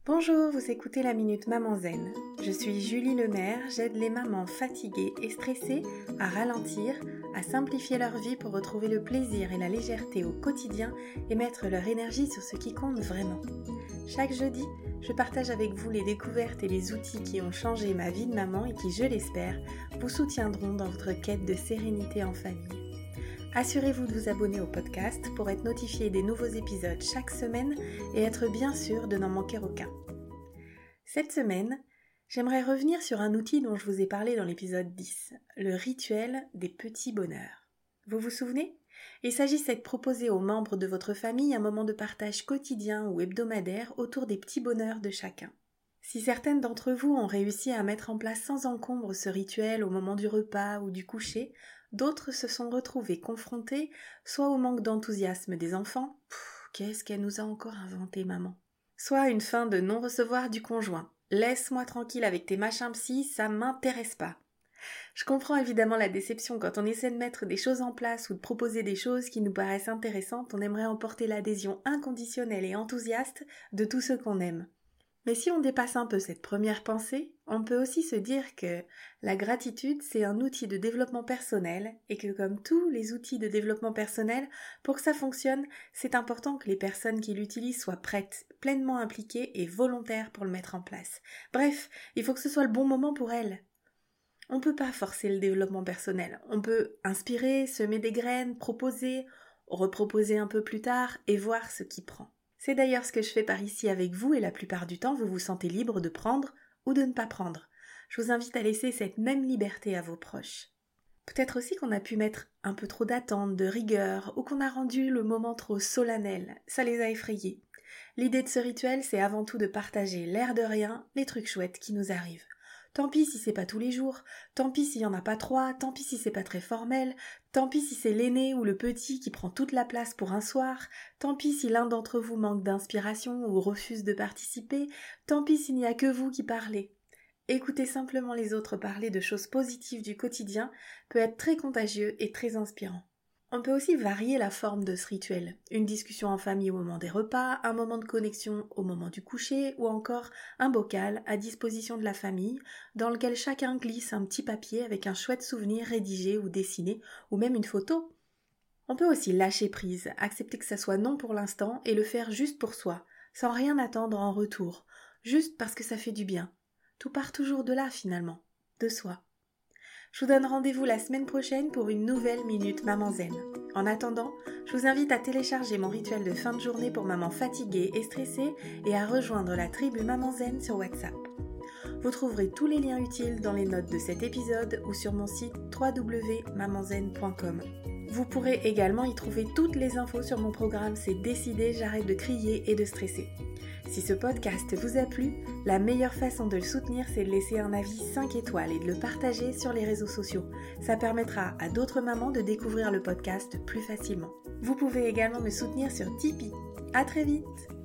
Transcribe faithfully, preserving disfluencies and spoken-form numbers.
Bonjour, vous écoutez la Minute Maman Zen. Je suis Julie Lemaire, j'aide les mamans fatiguées et stressées à ralentir, à simplifier leur vie pour retrouver le plaisir et la légèreté au quotidien et mettre leur énergie sur ce qui compte vraiment. Chaque jeudi, je partage avec vous les découvertes et les outils qui ont changé ma vie de maman et qui, je l'espère, vous soutiendront dans votre quête de sérénité en famille. Assurez-vous de vous abonner au podcast pour être notifié des nouveaux épisodes chaque semaine et être bien sûr de n'en manquer aucun. Cette semaine, j'aimerais revenir sur un outil dont je vous ai parlé dans l'épisode dix, le rituel des petits bonheurs. Vous vous souvenez ? Il s'agissait de proposer aux membres de votre famille un moment de partage quotidien ou hebdomadaire autour des petits bonheurs de chacun. Si certaines d'entre vous ont réussi à mettre en place sans encombre ce rituel au moment du repas ou du coucher, d'autres se sont retrouvées confrontées soit au manque d'enthousiasme des enfants, « Qu'est-ce qu'elle nous a encore inventé, maman ?» soit à une fin de non-recevoir du conjoint. « Laisse-moi tranquille avec tes machins psy, ça m'intéresse pas. » Je comprends évidemment la déception quand on essaie de mettre des choses en place ou de proposer des choses qui nous paraissent intéressantes, on aimerait emporter l'adhésion inconditionnelle et enthousiaste de tous ceux qu'on aime. Mais si on dépasse un peu cette première pensée, on peut aussi se dire que la gratitude, c'est un outil de développement personnel et que comme tous les outils de développement personnel, pour que ça fonctionne, c'est important que les personnes qui l'utilisent soient prêtes, pleinement impliquées et volontaires pour le mettre en place. Bref, il faut que ce soit le bon moment pour elles. On ne peut pas forcer le développement personnel. On peut inspirer, semer des graines, proposer, reproposer un peu plus tard et voir ce qui prend. C'est d'ailleurs ce que je fais par ici avec vous et la plupart du temps, vous vous sentez libre de prendre ou de ne pas prendre. Je vous invite à laisser cette même liberté à vos proches. Peut-être aussi qu'on a pu mettre un peu trop d'attente, de rigueur, ou qu'on a rendu le moment trop solennel. Ça les a effrayés. L'idée de ce rituel, c'est avant tout de partager l'air de rien, les trucs chouettes qui nous arrivent. Tant pis si c'est pas tous les jours, tant pis s'il y en a pas trois, tant pis si c'est pas très formel, tant pis si c'est l'aîné ou le petit qui prend toute la place pour un soir, tant pis si l'un d'entre vous manque d'inspiration ou refuse de participer, tant pis s'il n'y a que vous qui parlez. Écouter simplement les autres parler de choses positives du quotidien peut être très contagieux et très inspirant. On peut aussi varier la forme de ce rituel. Une discussion en famille au moment des repas, un moment de connexion au moment du coucher ou encore un bocal à disposition de la famille dans lequel chacun glisse un petit papier avec un chouette souvenir rédigé ou dessiné ou même une photo. On peut aussi lâcher prise, accepter que ça soit non pour l'instant et le faire juste pour soi, sans rien attendre en retour, juste parce que ça fait du bien. Tout part toujours de là finalement, de soi. Je vous donne rendez-vous la semaine prochaine pour une nouvelle Minute Maman Zen. En attendant, je vous invite à télécharger mon rituel de fin de journée pour maman fatiguée et stressée et à rejoindre la tribu Maman Zen sur WhatsApp. Vous trouverez tous les liens utiles dans les notes de cet épisode ou sur mon site w w w point maman zen point com. Vous pourrez également y trouver toutes les infos sur mon programme C'est décidé, j'arrête de crier et de stresser. Si ce podcast vous a plu, la meilleure façon de le soutenir, c'est de laisser un avis cinq étoiles et de le partager sur les réseaux sociaux. Ça permettra à d'autres mamans de découvrir le podcast plus facilement. Vous pouvez également me soutenir sur Tipeee. À très vite!